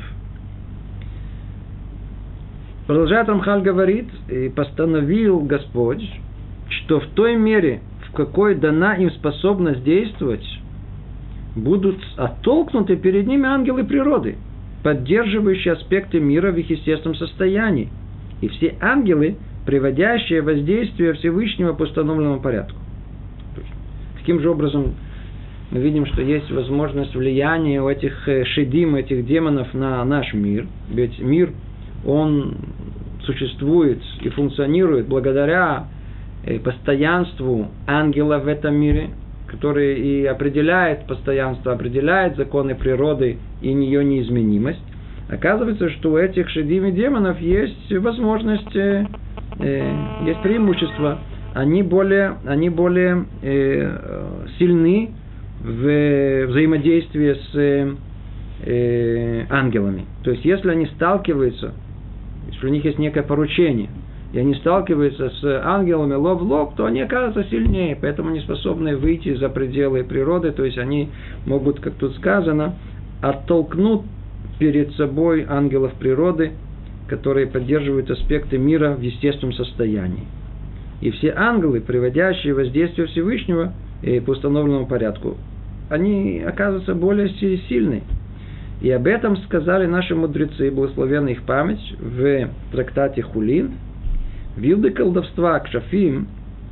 Продолжает Рамхаль говорит, и постановил Господь, что в той мере, в какой дана им способность действовать, будут оттолкнуты перед ними ангелы природы, поддерживающие аспекты мира в их естественном состоянии, и все ангелы, приводящие воздействие Всевышнего по установленному порядку. Таким же образом, мы видим, что есть возможность влияния у этих шедим, этих демонов на наш мир. Ведь мир, он существует и функционирует благодаря постоянству ангела в этом мире, который и определяет постоянство, определяет законы природы и ее неизменимость. Оказывается, что у этих шедим и демонов есть возможность, э, есть преимущество. Они более, они более э, сильны в взаимодействии с э, ангелами. То есть, если они сталкиваются, если у них есть некое поручение, и они сталкиваются с ангелами лоб в лоб, то они оказываются сильнее, поэтому они способны выйти за пределы природы, то есть они могут, как тут сказано, оттолкнуть перед собой ангелов природы, которые поддерживают аспекты мира в естественном состоянии. И все ангелы, приводящие воздействие Всевышнего по установленному порядку, они оказываются более сильны. И об этом сказали наши мудрецы, благословенная их память, в трактате Хулин. Виды колдовства кшафим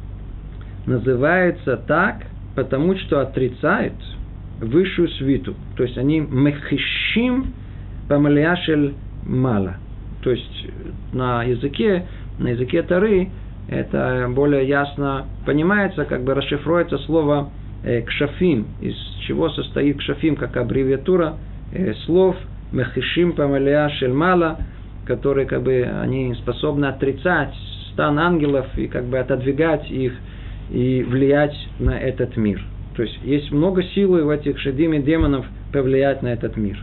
называется так, потому что отрицает высшую свиту. То есть они мехишим памалиашель мала. То есть на языке, на языке Торы это более ясно понимается, как бы расшифруется слово э, кшафим, из чего состоит кшафим, как аббревиатура э, слов мехишим памалиашель мала, которые как бы они способны отрицать стан ангелов и как бы отодвигать их и влиять на этот мир. То есть есть много силы в этих шедим и демонов повлиять на этот мир.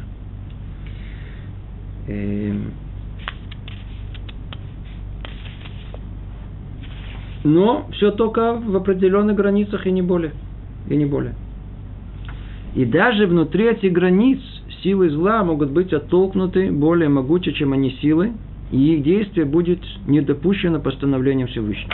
Но все только в определенных границах и не более. И не более. И даже внутри этих границ силы зла могут быть оттолкнуты более могуче, чем они силы, и их действие будет не допущено постановлением Всевышнего.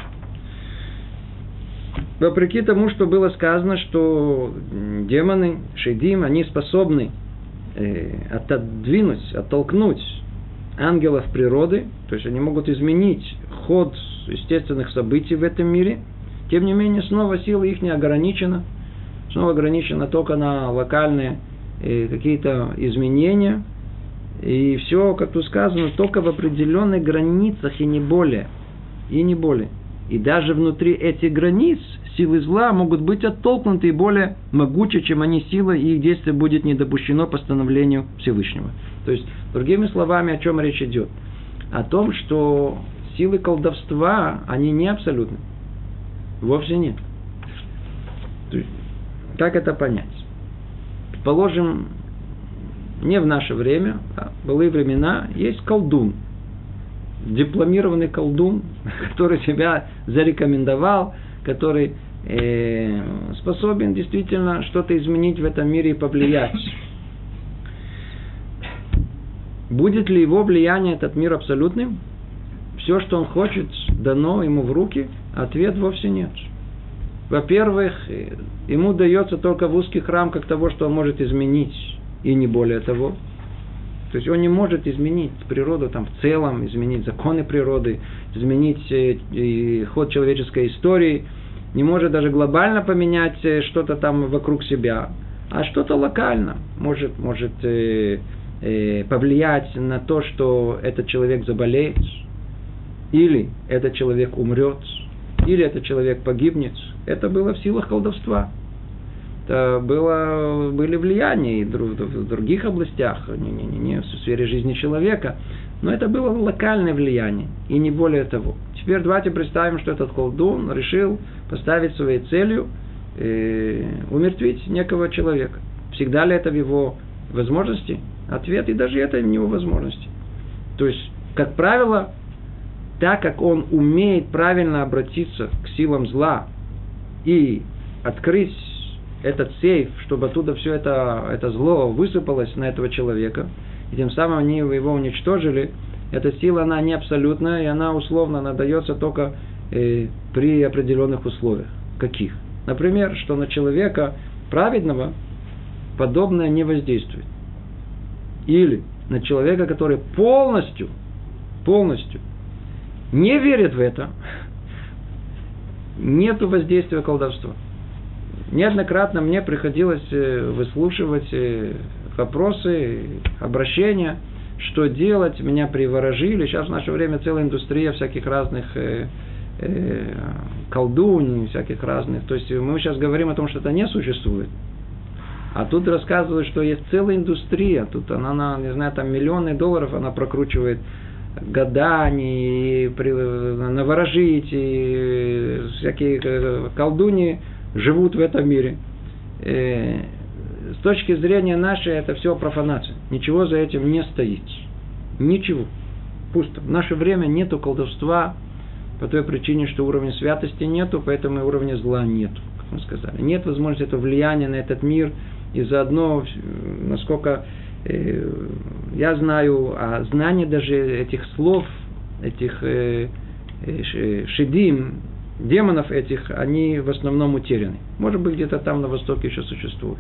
Вопреки тому, что было сказано, что демоны, шейдим, они способны э, отодвинуть, оттолкнуть ангелов природы, то есть они могут изменить ход естественных событий в этом мире, тем не менее, снова сила их не ограничена, снова ограничена только на локальные э, какие-то изменения. И все, как тут сказано, только в определенных границах и не более. И не более. И даже внутри этих границ силы зла могут быть оттолкнуты и более могуче, чем они силы, и их действие будет не допущено постановлению Всевышнего. То есть, другими словами, о чем речь идет? О том, что силы колдовства, они не абсолютны. Вовсе нет. То есть, как это понять? Предположим, не в наше время, а в былые времена, есть колдун. Дипломированный колдун, который себя зарекомендовал, который э, способен действительно что-то изменить в этом мире и повлиять. Будет ли его влияние этот мир абсолютным? Все, что он хочет, дано ему в руки? Ответ вовсе нет. Во-первых, ему дается только в узких рамках того, что он может изменить, и не более того. То есть он не может изменить природу там, в целом, изменить законы природы, изменить э, ход человеческой истории, не может даже глобально поменять что-то там вокруг себя, а что-то локально может, может э, э, повлиять на то, что этот человек заболеет, или этот человек умрет, или этот человек погибнет. Это было в силах колдовства. Это было, были влияния и в других областях, не, не, не, не в сфере жизни человека, но это было локальное влияние, и не более того. Теперь давайте представим, что этот колдун решил поставить своей целью э, умертвить некого человека. Всегда ли это в его возможности? Ответ, и даже это в его возможности. То есть, как правило, так как он умеет правильно обратиться к силам зла и открыть этот сейф, чтобы оттуда все это, это зло высыпалось на этого человека, и тем самым они его уничтожили, эта сила, она не абсолютная, и она условно надается только э, при определенных условиях. Каких? Например, что на человека праведного подобное не воздействует. Или на человека, который полностью, полностью не верит в это, нету воздействия колдовства. Неоднократно мне приходилось выслушивать вопросы, обращения, что делать, меня приворожили. Сейчас в наше время целая индустрия всяких разных э, э, колдунь, всяких разных. То есть мы сейчас говорим о том, что это не существует. А тут рассказывают, что есть целая индустрия. Тут она, на, не знаю, там миллионы долларов она прокручивает гаданий, наворожить, и всякие колдуньи живут в этом мире. С точки зрения нашей, это все профанация. Ничего за этим не стоит. Ничего. Пусто. В наше время нету колдовства по той причине, что уровня святости нету, поэтому и уровня зла нету, как мы сказали. Нет возможности этого влияния на этот мир, и заодно, насколько э, я знаю, а знание даже этих слов, этих э, э, шедим, демонов этих, они в основном утеряны. Может быть, где-то там на Востоке еще существуют.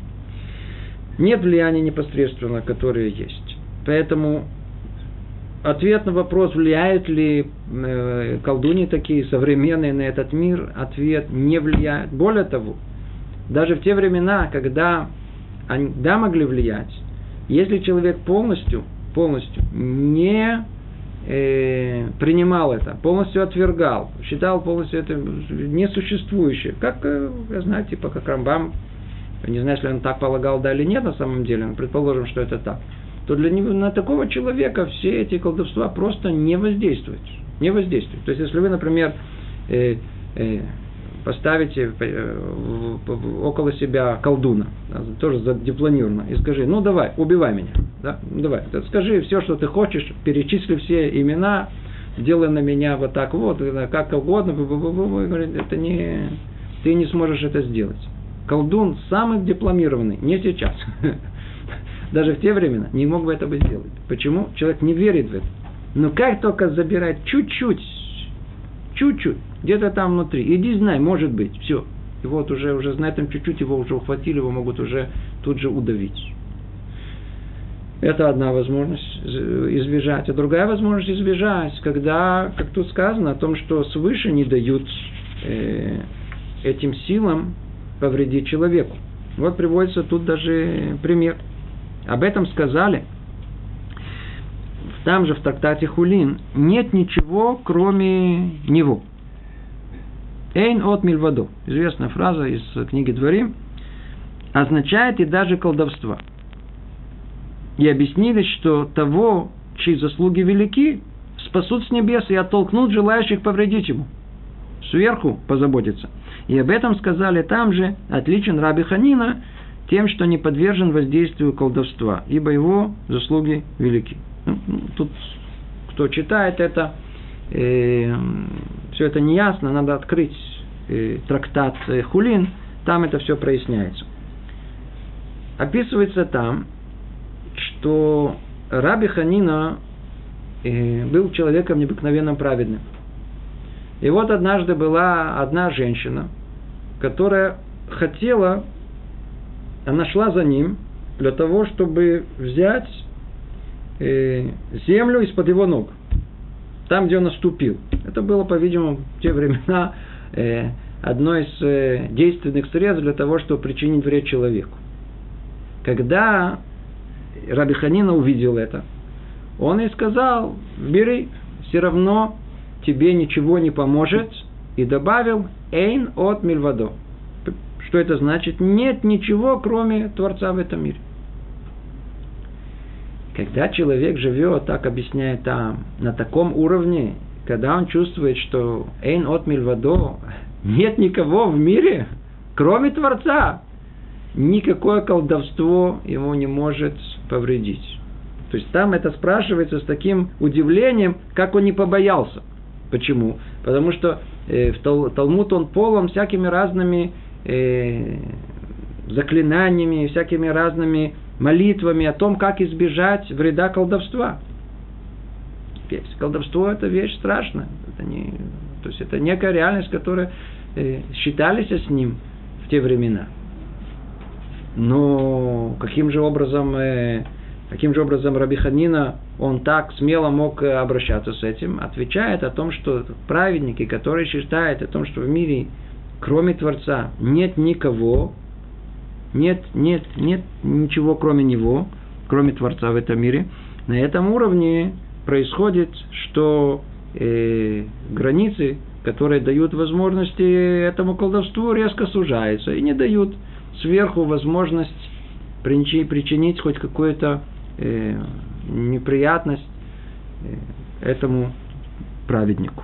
Нет влияния непосредственно, которое есть. Поэтому ответ на вопрос, влияют ли э, колдуньи такие современные на этот мир, ответ не влияет. Более того, даже в те времена, когда они да, могли влиять, если человек полностью, полностью не э, принимал это, полностью отвергал, считал полностью это несуществующее, как, э, я знаю, типа как Рамбам, не знаю, если он так полагал, да или нет на самом деле, но предположим, что это так, то для него, на такого человека все эти колдовства просто не воздействуют. Не воздействуют. То есть, если вы, например, э, э, поставите э, в, в, около себя колдуна, да, тоже задипломированно, и скажи, ну давай, убивай меня. Да, ну, давай, скажи все, что ты хочешь, перечисли все имена, делай на меня вот так вот, как угодно, это не, ты не сможешь это сделать. Колдун самый дипломированный, не сейчас. Даже в те времена не мог бы этого сделать. Почему? Человек не верит в это. Но как только забирать чуть-чуть, чуть-чуть, где-то там внутри, иди знай, может быть, все. И вот уже, уже на этом чуть-чуть его уже ухватили, его могут уже тут же удавить. Это одна возможность избежать. А другая возможность избежать, когда, как тут сказано, о том, что свыше не дают э, этим силам повредить человеку. Вот приводится тут даже пример. Об этом сказали там же в трактате Хулин. Нет ничего, кроме него. Эйн от мильвадо. Известная фраза из книги Дворим. Означает и даже колдовство. И объяснили, что того, чьи заслуги велики, спасут с небес и оттолкнут желающих повредить ему. Сверху позаботиться. И об этом сказали там же, отличен Раби Ханина тем, что не подвержен воздействию колдовства, ибо его заслуги велики. Ну, тут, кто читает это, э, все это неясно, надо открыть э, трактат э, Хулин, там это все проясняется. Описывается там, что Раби Ханина э, был человеком необыкновенно праведным. И вот однажды была одна женщина, которая хотела, она шла за ним для того, чтобы взять э, землю из-под его ног, там, где он наступил. Это было, по-видимому, в те времена э, одно из э, действенных средств для того, чтобы причинить вред человеку. Когда Раби Ханина увидел это, он ей сказал: бери, все равно тебе ничего не поможет, и добавил «эйн от мильвадо». Что это значит? Нет ничего, кроме Творца в этом мире. Когда человек живет, так объясняет там, на таком уровне, когда он чувствует, что «эйн от мильвадо», нет никого в мире, кроме Творца, никакое колдовство ему не может повредить. То есть там это спрашивается с таким удивлением, как он не побоялся. Почему? Потому что э, в Талмуд он полон всякими разными э, заклинаниями, всякими разными молитвами о том, как избежать вреда колдовства. Колдовство – это вещь страшная. Это не, то есть это некая реальность, которая э, считались с ним в те времена. Но каким же образом... Э, Каким же образом Раби Ханина, он так смело мог обращаться с этим? Отвечает о том, что праведники, которые считают о том, что в мире, кроме Творца, нет никого, нет, нет, нет ничего, кроме Него, кроме Творца в этом мире, на этом уровне происходит, что э, границы, которые дают возможности этому колдовству, резко сужаются и не дают сверху возможность причинить хоть какое-то э, неприятность э, этому праведнику.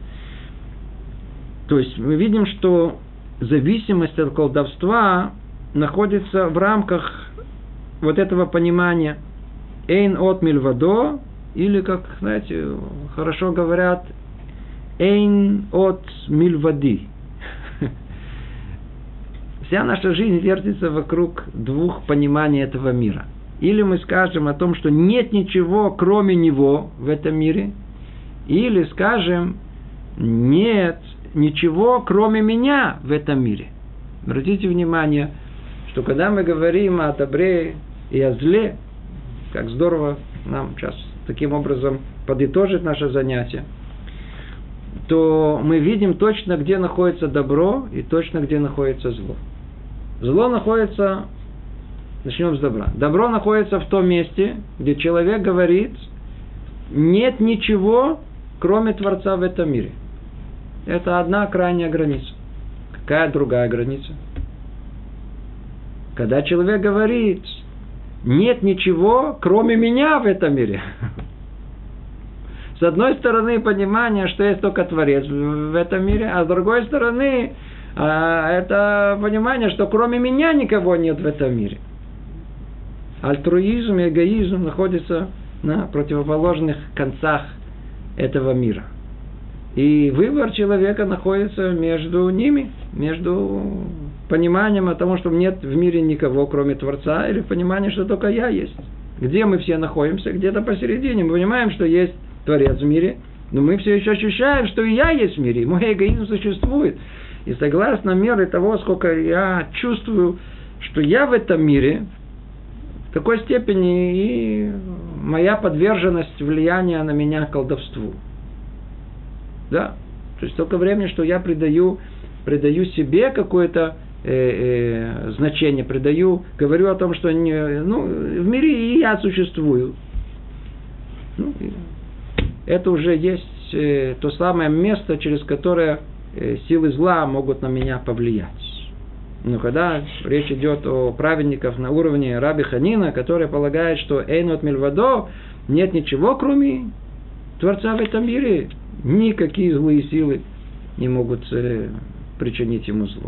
То есть мы видим, что зависимость от колдовства находится в рамках вот этого понимания «эйн от мильвадо», или, как, знаете, хорошо говорят, «эйн от мильвади». Вся наша жизнь вертится вокруг двух пониманий этого мира. Или мы скажем о том, что нет ничего, кроме него в этом мире, или скажем, нет ничего, кроме меня в этом мире. Обратите внимание, что когда мы говорим о добре и о зле, как здорово нам сейчас таким образом подытожить наше занятие, то мы видим точно, где находится добро и точно, где находится зло. Зло находится, начнем с добра. Добро находится в том месте, где человек говорит, нет ничего, кроме Творца в этом мире. Это одна крайняя граница. Какая другая граница? Когда человек говорит, нет ничего, кроме меня в этом мире. С одной стороны, понимание, что есть только Творец в этом мире, а с другой стороны, это понимание, что кроме меня никого нет в этом мире. Альтруизм и эгоизм находятся на противоположных концах этого мира. И выбор человека находится между ними, между пониманием о том, что нет в мире никого, кроме Творца, или пониманием, что только я есть. Где мы все находимся? Где-то посередине. Мы понимаем, что есть Творец в мире, но мы все еще ощущаем, что и я есть в мире, и мой эгоизм существует. И согласно мере того, сколько я чувствую, что я в этом мире, в такой степени и моя подверженность влияния на меня колдовству. Да? То есть столько времени, что я придаю, придаю себе какое-то э, э, значение придаю, говорю о том, что не, ну, в мире и я существую. Ну, это уже есть э, то самое место, через которое э, силы зла могут на меня повлиять. Но когда речь идет о праведниках на уровне Раби Ханина, который полагает, что эйнот мильвадо, нет ничего, кроме Творца в этом мире, никакие злые силы не могут э, причинить ему зло.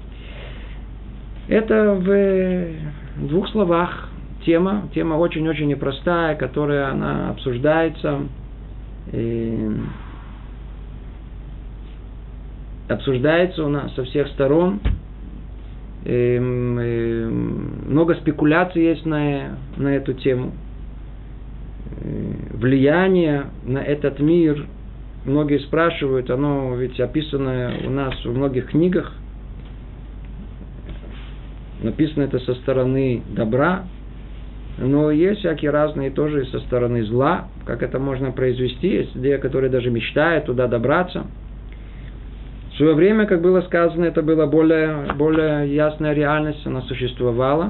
Это в двух словах тема, тема очень-очень непростая, которая она обсуждается, э, обсуждается у нас со всех сторон. Э, э, много спекуляций есть на, на эту тему. Э, влияние на этот мир, многие спрашивают, оно ведь описано у нас в многих книгах. Написано это со стороны добра, но есть всякие разные тоже со стороны зла. Как это можно произвести? Есть идея, которая даже мечтает туда добраться. В свое время, как было сказано, это была более, более ясная реальность, она существовала.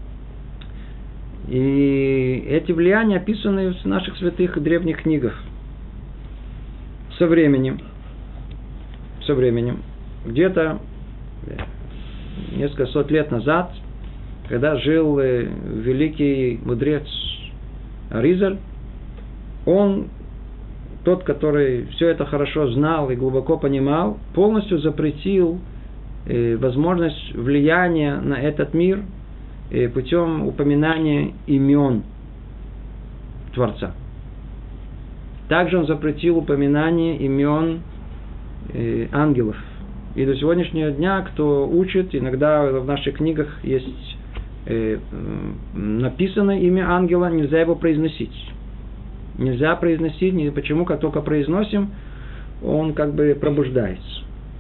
И эти влияния описаны в наших святых и древних книгах. Со временем, со временем, где-то несколько сот лет назад, когда жил великий мудрец Аризаль, он, тот, который все это хорошо знал и глубоко понимал, полностью запретил возможность влияния на этот мир путем упоминания имен Творца. Также он запретил упоминание имен ангелов. И до сегодняшнего дня, кто учит, иногда в наших книгах есть э, написано имя ангела, нельзя его произносить. Нельзя произносить, не почему, как только произносим, он как бы пробуждается.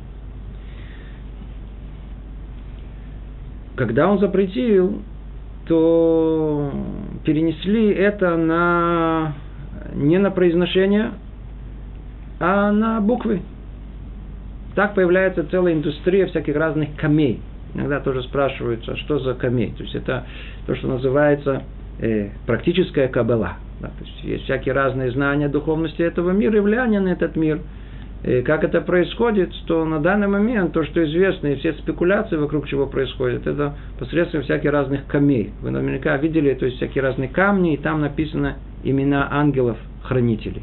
Когда он запретил, то перенесли это на, не на произношение, а на буквы. Так появляется целая индустрия всяких разных камей. Иногда тоже спрашиваются, что за камей. То есть это то, что называется э, практическая каббала. Да, то есть есть всякие разные знания духовности этого мира и влияния на этот мир. И как это происходит, то на данный момент то, что известно, и все спекуляции вокруг чего происходит, это посредством всяких разных камей. Вы наверняка видели, то есть всякие разные камни, и там написано имена ангелов-хранителей.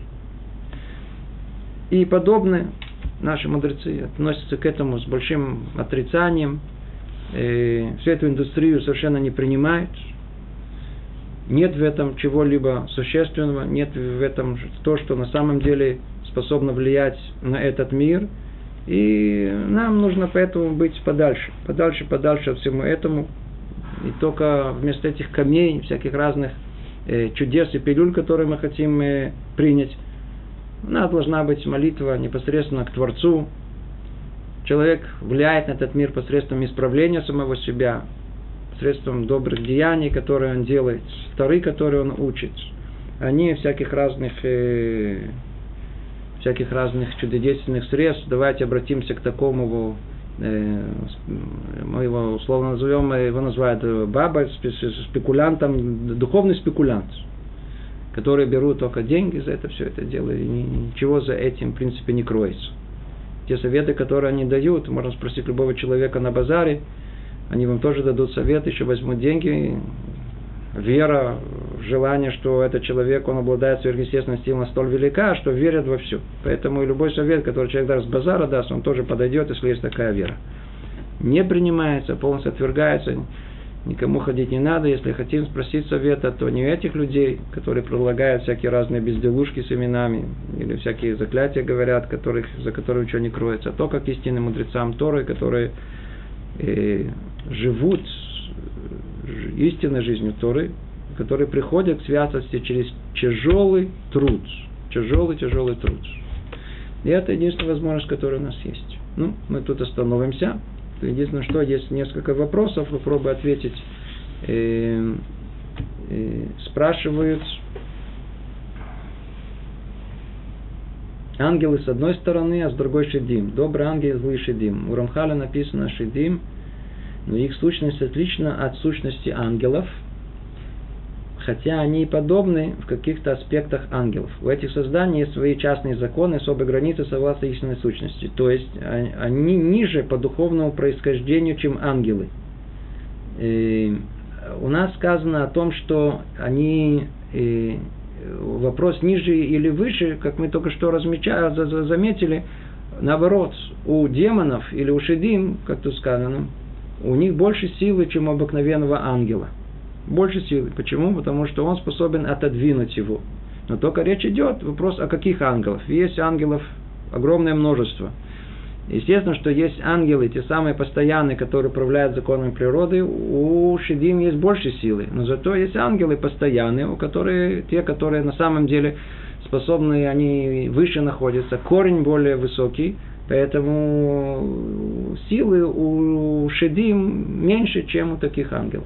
И подобное. Наши мудрецы относятся к этому с большим отрицанием. И всю эту индустрию совершенно не принимают. Нет в этом чего-либо существенного, нет в этом то, что на самом деле способно влиять на этот мир. И нам нужно поэтому быть подальше, подальше, подальше от всему этому. И только вместо этих камней, всяких разных э, чудес и пилюль, которые мы хотим э, принять, у нас должна быть молитва непосредственно к Творцу. Человек влияет на этот мир посредством исправления самого себя, посредством добрых деяний, которые он делает, Торы, которые он учит. Они всяких разных, э, всяких разных чудодейственных средств. Давайте обратимся к такому, э, мы его условно назовем, его называют баба, спекулянтом, духовный спекулянт, которые берут только деньги за это все это дело, и ничего за этим, в принципе, не кроется. Те советы, которые они дают, можно спросить любого человека на базаре, они вам тоже дадут совет, еще возьмут деньги, вера, желание, что этот человек, он обладает сверхъестественной силой настолько велика, что верят во все. Поэтому и любой совет, который человек даже с базара даст, он тоже подойдет, если есть такая вера. Не принимается, полностью отвергается. Никому ходить не надо. Если хотим спросить совета, то не у этих людей, которые предлагают всякие разные безделушки с именами, или всякие заклятия говорят, которых, за которые ничего не кроется, а только к истинным мудрецам Торы, которые э, живут истинной жизнью Торы, которые приходят к святости через тяжелый труд. Тяжелый, тяжелый труд. И это единственная возможность, которая у нас есть. Ну, мы тут остановимся. Единственное, что есть несколько вопросов, попробую ответить. Э, э, спрашивают, ангелы с одной стороны, а с другой шедим. Добрый ангел, злый шедим. У Рамхаля написано шедим, но их сущность отлична от сущности ангелов, хотя они и подобны в каких-то аспектах ангелов. У этих созданий есть свои частные законы, особые границы согласно истинной сущности. То есть они ниже по духовному происхождению, чем ангелы. И у нас сказано о том, что они и вопрос ниже или выше, как мы только что размечали, заметили, наоборот, у демонов или у шедим, как тут сказано, у них больше силы, чем у обыкновенного ангела. Больше силы. Почему? Потому что он способен отодвинуть его. Но только речь идет, вопрос о каких ангелов. Есть ангелов огромное множество. Естественно, что есть ангелы, те самые постоянные, которые управляют законами природы, у шедим есть больше силы. Но зато есть ангелы постоянные, у которых, те, которые на самом деле способны, они выше находятся, корень более высокий, поэтому силы у шедим меньше, чем у таких ангелов.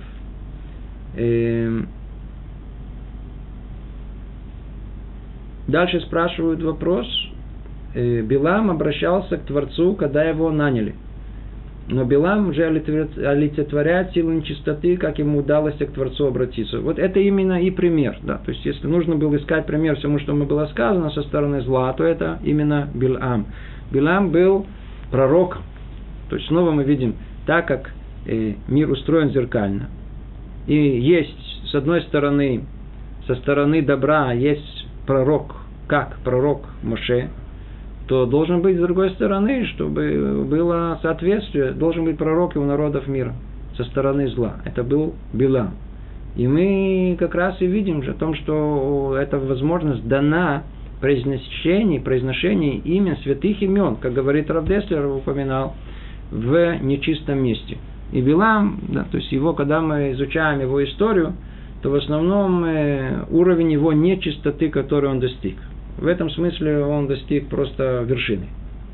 Дальше спрашивают вопрос. Билам обращался к Творцу, когда его наняли. Но Билам же олицетворяет силу нечистоты, как ему удалось к Творцу обратиться. Вот это именно и пример. Да? То есть, если нужно было искать пример всему, что мы было сказано со стороны зла, то это именно Билам. Билам был пророк. То есть, снова мы видим, так как э, мир устроен зеркально, и есть, с одной стороны, со стороны добра есть пророк, как пророк Моше, то должен быть с другой стороны, чтобы было соответствие, должен быть пророк и у народов мира со стороны зла. Это был Билам. И мы как раз и видим же о том, что эта возможность дана произношение, произношение имен святых имен, как говорит Рав Деслер, упоминал, в нечистом месте. И Билам, да, то есть его, когда мы изучаем его историю, то в основном э, уровень его нечистоты, который он достиг. В этом смысле он достиг просто вершины.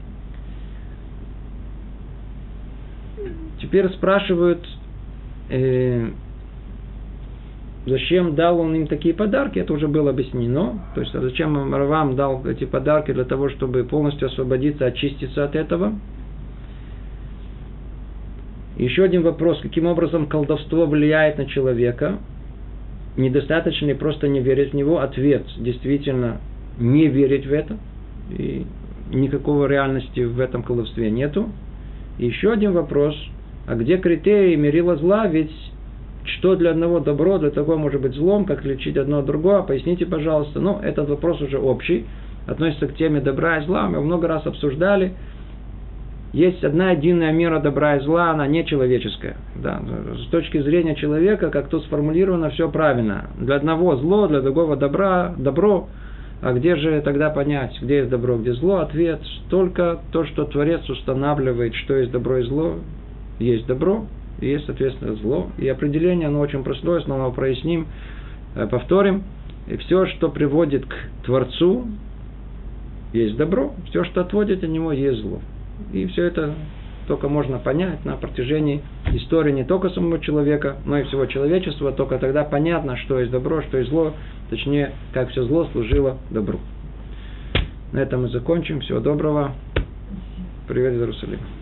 Теперь спрашивают, э, зачем дал он им такие подарки, это уже было объяснено. То есть, зачем Равам дал эти подарки, для того, чтобы полностью освободиться, очиститься от этого. Еще один вопрос, каким образом колдовство влияет на человека? Недостаточно ли просто не верить в него? Ответ, действительно, не верить в это. И никакого реальности в этом колдовстве нету. И еще один вопрос, а где критерии мерила зла? Ведь что для одного добро, для того может быть злом, как лечить одно от другого? Поясните, пожалуйста. Ну, этот вопрос уже общий, относится к теме добра и зла. Мы его много раз обсуждали. Есть одна единая мера добра и зла, она не человеческая. Да. С точки зрения человека, как тут сформулировано, все правильно. Для одного зло, для другого добра, добро. А где же тогда понять, где есть добро, где зло? Ответ, только то, что Творец устанавливает, что есть добро и зло, есть добро, и есть, соответственно, зло. И определение, оно очень простое, снова проясним, повторим. И все, что приводит к Творцу, есть добро, все, что отводит от него, есть зло. И все это только можно понять на протяжении истории не только самого человека, но и всего человечества. Только тогда понятно, что есть добро, что есть зло. Точнее, как все зло служило добру. На этом мы закончим. Всего доброго. Привет из Иерусалима.